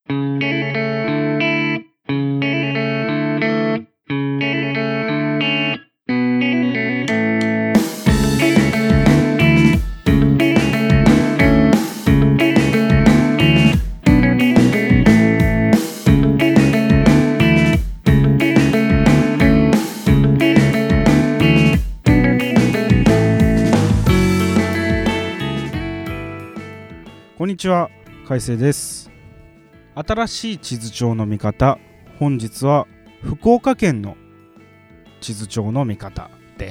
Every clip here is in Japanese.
こんにちは、海星です。新しい地図帳の見方、本日は福岡県の地図帳の見方です。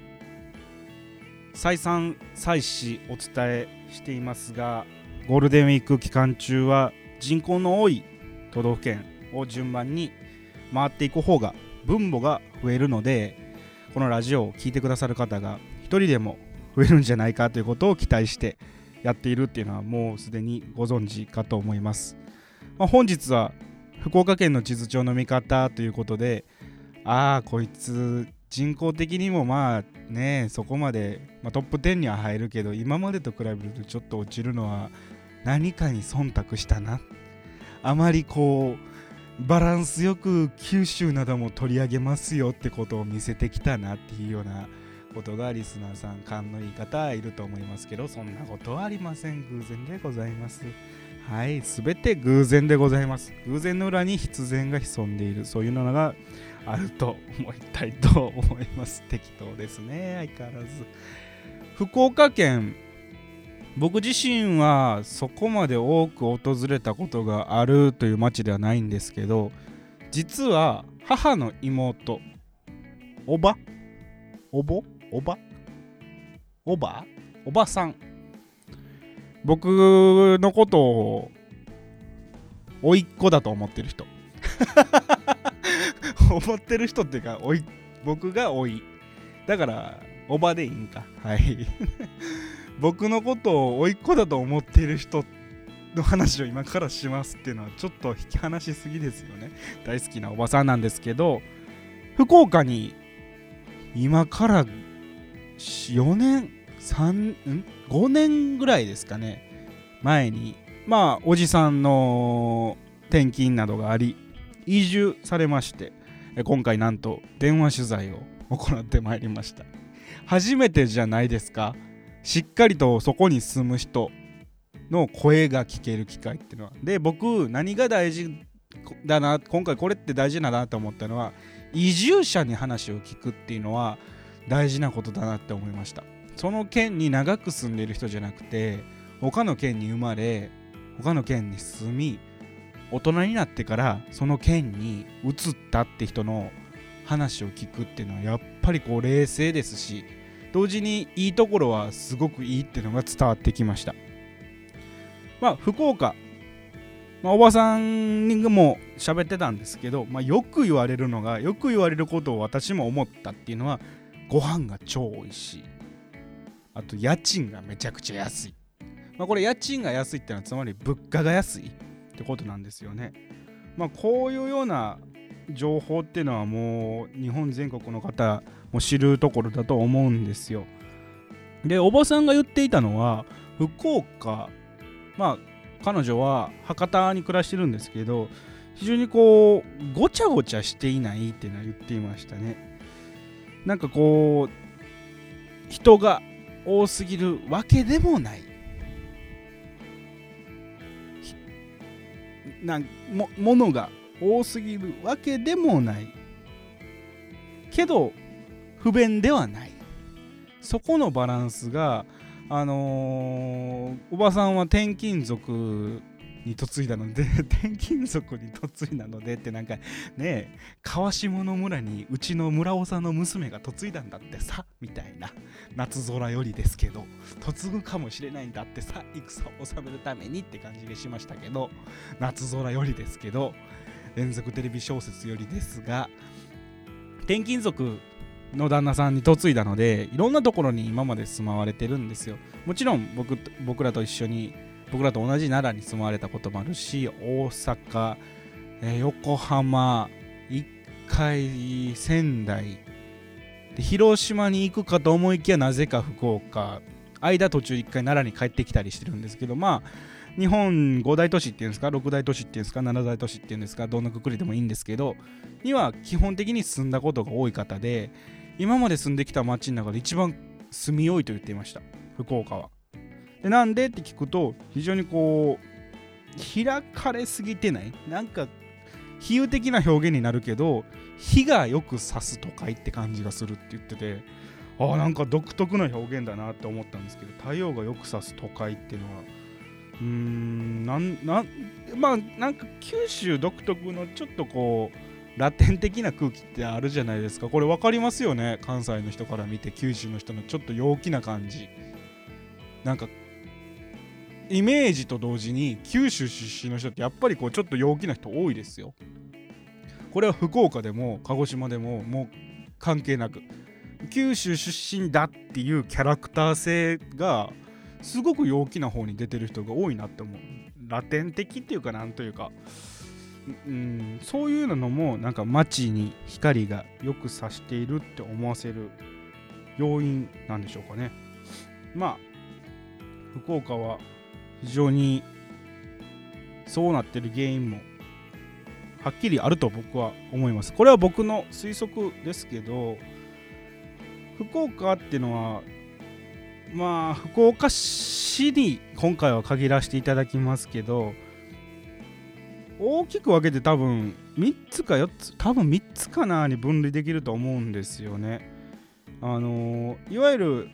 再三再四お伝えしていますが、ゴールデンウィーク期間中は人口の多い都道府県を順番に回っていく方が分母が増えるので、このラジオを聞いてくださる方が一人でも増えるんじゃないかということを期待してやっているっていうのはもうすでにご存知かと思います。本日は福岡県の地図帳の見方ということで、こいつ人口的にもそこまで、トップ10には入るけど今までと比べるとちょっと落ちるのは何かに忖度したな、あまりバランスよく九州なども取り上げますよってことを見せてきたなっていうようなことがリスナーさん勘のいい方いると思いますけど、そんなことはありません。偶然でございます。はい、すべて偶然でございます。偶然の裏に必然が潜んでいる、そういうのがあると思いたいと思います。適当ですね、相変わらず。福岡県、僕自身はそこまで多く訪れたことがあるという町ではないんですけど、実は母の妹、おばさん、僕のことを甥っ子だと思ってる人思ってる人っていうか、僕が甥いだからおばでいいんか、はい僕のことを甥っ子だと思っている人の話を今からしますっていうのはちょっと引き離しすぎですよね。大好きなおばさんなんですけど、福岡に今から5年ぐらいですかね、前におじさんの転勤などがあり移住されまして、今回なんと電話取材を行ってまいりました。初めてじゃないですか、しっかりとそこに住む人の声が聞ける機会っていうのは。で、僕何が大事だな、今回これって大事だなと思ったのは、移住者に話を聞くっていうのは大事なことだなって思いました。その県に長く住んでいる人じゃなくて、他の県に生まれ他の県に住み、大人になってからその県に移ったって人の話を聞くっていうのはやっぱり冷静ですし、同時にいいところはすごくいいっていうのが伝わってきました。福岡、おばさんにも喋ってたんですけど、よく言われることを私も思ったっていうのは、ご飯が超美味しい、あと家賃がめちゃくちゃ安い。これ家賃が安いってのはつまり物価が安いってことなんですよね。こういうような情報っていうのはもう日本全国の方も知るところだと思うんですよ。で、おばさんが言っていたのは、福岡、彼女は博多に暮らしてるんですけど、非常にごちゃごちゃしていないっていうのは言っていましたね。なんか人が多すぎるわけでもない、物が多すぎるわけでもないけど不便ではない、そこのバランスがおばさんは転勤族に嫁いだので転勤族に嫁いだのでってなんかね、川下の村にうちの村長の娘が嫁いだんだってさみたいな、夏空よりですけど嫁ぐかもしれないんだってさ、戦を収めるためにって感じがしましたけど、夏空よりですけど連続テレビ小説よりですが、転勤族の旦那さんに嫁いだので、いろんなところに今まで住まわれてるんですよ。もちろん僕らと一緒に、僕らと同じ奈良に住まわれたこともあるし、大阪、横浜、一回仙台で広島に行くかと思いきやなぜか福岡、間途中一回奈良に帰ってきたりしてるんですけど、 日本5大都市っていうんですか、6大都市っていうんですか、7大都市っていうんですか、どんなくくりでもいいんですけどには基本的に住んだことが多い方で、今まで住んできた町の中で一番住みよいと言っていました、福岡は。でなんでって聞くと、非常にこう開かれすぎてない、なんか比喩的な表現になるけど火がよく差す都会って感じがするって言ってて、なんか独特な表現だなって思ったんですけど、太陽がよく差す都会っていうのはなんか九州独特のちょっとこうラテン的な空気ってあるじゃないですか。これ分かりますよね、関西の人から見て九州の人のちょっと陽気な感じ、なんかイメージと同時に九州出身の人ってやっぱりこうちょっと陽気な人多いですよ。これは福岡でも鹿児島でももう関係なく、九州出身だっていうキャラクター性がすごく陽気な方に出てる人が多いなって思う。ラテン的っていうかなんというか、そういうのもなんか街に光がよく差しているって思わせる要因なんでしょうかね。まあ福岡は非常にそうなってる原因もはっきりあると僕は思います。これは僕の推測ですけど、福岡っていうのはまあ福岡市に今回は限らせていただきますけど、大きく分けて多分3つか4つ、多分3つかなに分類できると思うんですよね。いわゆる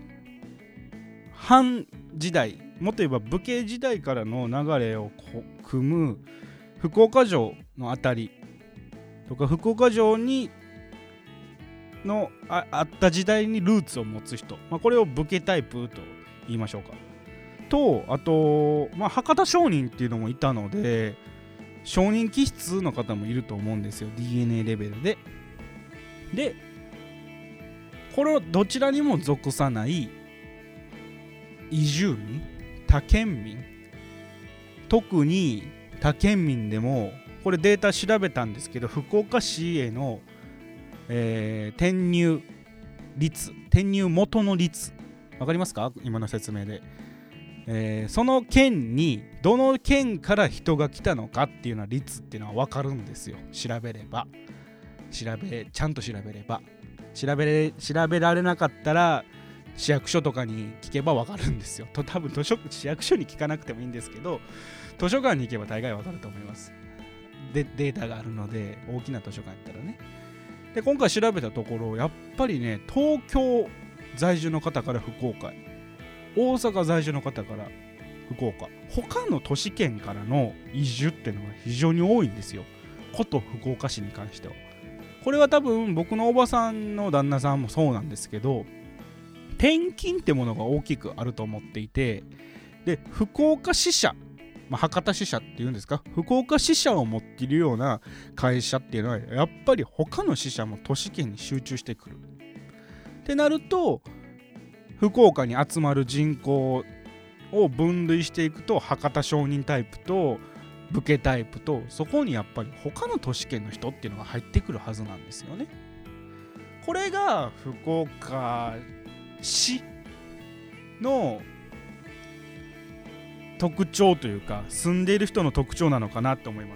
藩時代、もっと言えば武家時代からの流れを組む福岡城のあたりとか、福岡城にの あった時代にルーツを持つ人、これを武家タイプと言いましょうか。とあと、博多商人っていうのもいたので、商人気質の方もいると思うんですよ、 DNA レベルで。でこれをどちらにも属さない移住民、他県民、特に他県民でもこれデータ調べたんですけど、福岡市への、転入率、転入元の率分かりますか、今の説明で、その県にどの県から人が来たのかっていうのは率っていうのは分かるんですよ、調べれば。ちゃんと調べれば。調べられなかったら市役所とかに聞けば分かるんですよ。多分市役所に聞かなくてもいいんですけど、図書館に行けば大概分かると思います。でデータがあるので、大きな図書館行ったらね。で今回調べたところ、やっぱりね、東京在住の方から福岡、大阪在住の方から福岡、他の都市圏からの移住っていうのが非常に多いんですよ、こと福岡市に関しては。これは多分僕のおばさんの旦那さんもそうなんですけど、転勤ってものが大きくあると思っていて、で福岡支社、博多支社っていうんですか、福岡支社を持っているような会社っていうのはやっぱり他の支社も都市圏に集中してくるってなると、福岡に集まる人口を分類していくと、博多商人タイプと武家タイプと、そこにやっぱり他の都市圏の人っていうのが入ってくるはずなんですよね。これが福岡市の特徴というか、住んでいる人の特徴なのかなと思います。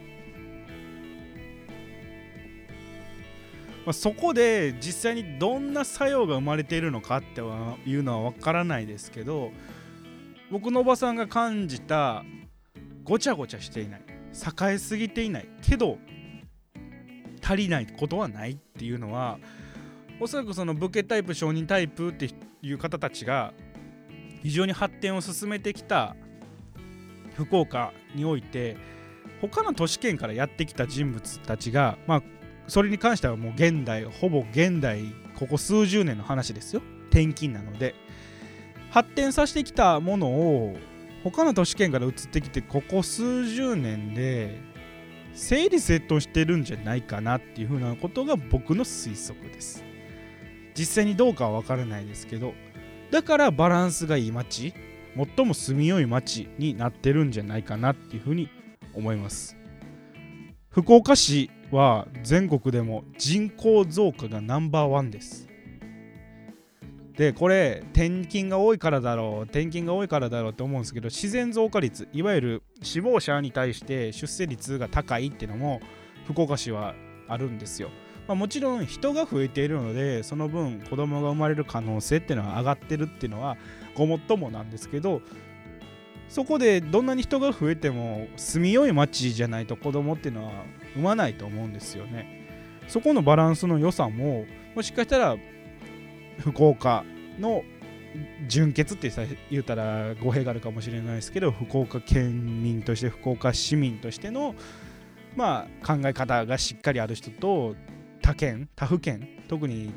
そこで実際にどんな作用が生まれているのかっていうのは分からないですけど、僕のおばさんが感じたごちゃごちゃしていない、栄えすぎていないけど足りないことはないっていうのは、おそらくその武家タイプ、商人タイプっていう方たちが非常に発展を進めてきた福岡において、他の都市圏からやってきた人物たちが、それに関してはもう現代、ほぼ現代、ここ数十年の話ですよ、転勤なので。発展させてきたものを他の都市圏から移ってきて、ここ数十年で整理整頓してるんじゃないかなっていうふうなことが僕の推測です。実際にどうかは分からないですけど、だからバランスがいい街、最も住みよい街になってるんじゃないかなっていうふうに思います。福岡市は全国でも人口増加がナンバーワンです。 でこれ転勤が多いからだろうって思うんですけど、自然増加率、いわゆる死亡者に対して出生率が高いっていうのも福岡市はあるんですよ。もちろん人が増えているので、その分子供が生まれる可能性っていうのは上がってるっていうのはごもっともなんですけど、そこでどんなに人が増えても住みよい町じゃないと子供っていうのは産まないと思うんですよね。そこのバランスの良さももしかしたら福岡の純潔って言ったら語弊があるかもしれないですけど、福岡県民として福岡市民としての考え方がしっかりある人と、他府県、特に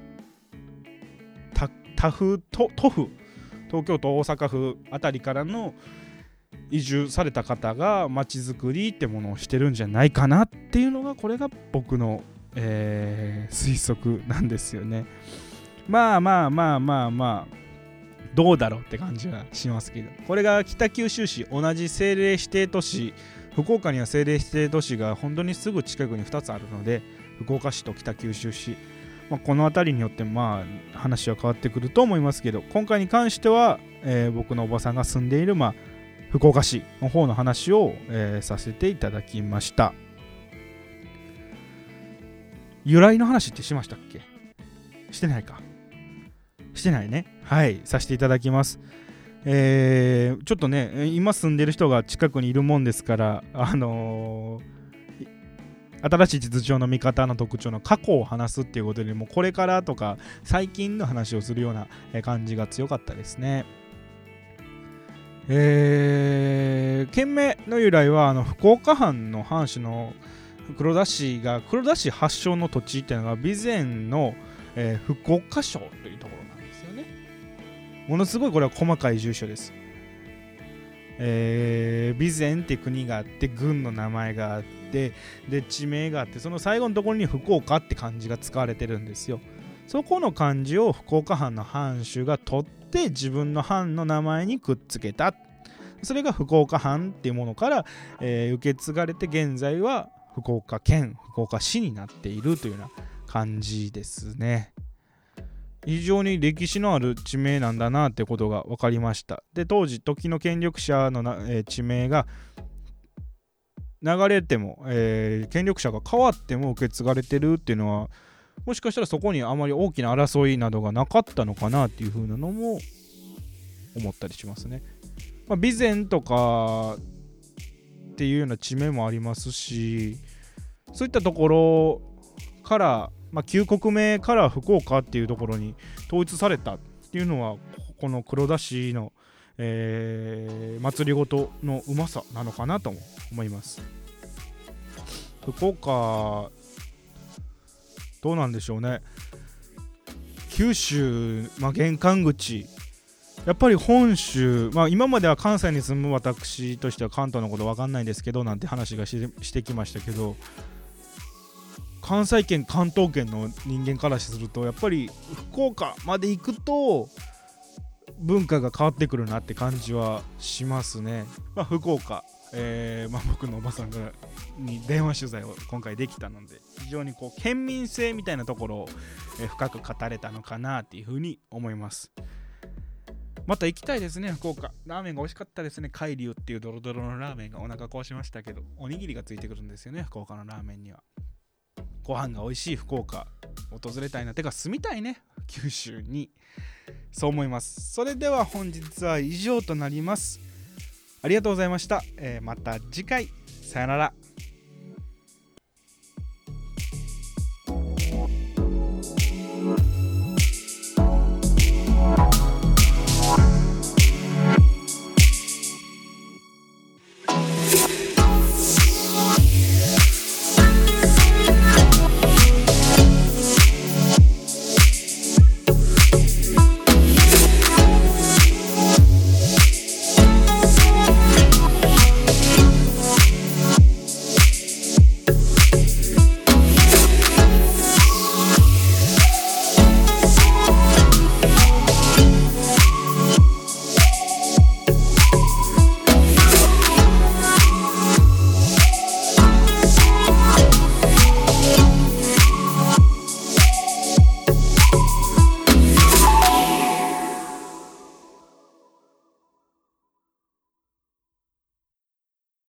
都府東京都大阪府あたりからの移住された方が街づくりってものをしてるんじゃないかなっていうのが、これが僕の、推測なんですよね。どうだろうって感じはしますけど、これが北九州市、同じ政令指定都市、福岡には政令指定都市が本当にすぐ近くに2つあるので、福岡市と北九州市、この辺りによって話は変わってくると思いますけど、今回に関しては、僕のおばさんが住んでいる、福岡市の方の話を、させていただきました。由来の話ってしましたっけ？してないか。してないね。はい、させていただきます。ちょっとね、今住んでる人が近くにいるもんですから、新しい地図上の見方の特徴の過去を話すっていうことよりも、これからとか最近の話をするような感じが強かったですね。県名の由来は福岡藩の藩主の黒田氏発祥の土地っていうのが備前の、福岡省というところなんですよね。ものすごいこれは細かい住所です。備前って国があって、郡の名前があって、で地名があって、その最後のところに福岡って漢字が使われてるんですよ。そこの漢字を福岡藩の藩主が取って自分の藩の名前にくっつけた。それが福岡藩っていうものから、受け継がれて、現在は福岡県福岡市になっているというような感じですね。非常に歴史のある地名なんだなってことが分かりました。で、当時時の権力者の地名が流れても、権力者が変わっても受け継がれてるっていうのは、もしかしたらそこにあまり大きな争いなどがなかったのかなっていう風なのも思ったりしますね。備前とかっていうような地名もありますし、そういったところから、旧国名から福岡っていうところに統一されたっていうのは、この黒田市の、祭りごとのうまさなのかなとも思います。福岡どうなんでしょうね。九州、玄関口、やっぱり本州、今までは関西に住む私としては関東のこと分かんないんですけどなんて話がしてきましたけど、関西圏関東圏の人間からすると、やっぱり福岡まで行くと文化が変わってくるなって感じはしますね。福岡、僕のおばさんに電話取材を今回できたので、非常に県民性みたいなところを、深く語れたのかなっていうふうに思います。また行きたいですね。福岡ラーメンが美味しかったですね。海流っていうドロドロのラーメンがお腹壊しましたけど、おにぎりがついてくるんですよね、福岡のラーメンには。ご飯が美味しい福岡訪れたいな、てか住みたいね、九州に。そう思います。それでは本日は以上となります。ありがとうございました。また次回、さよなら。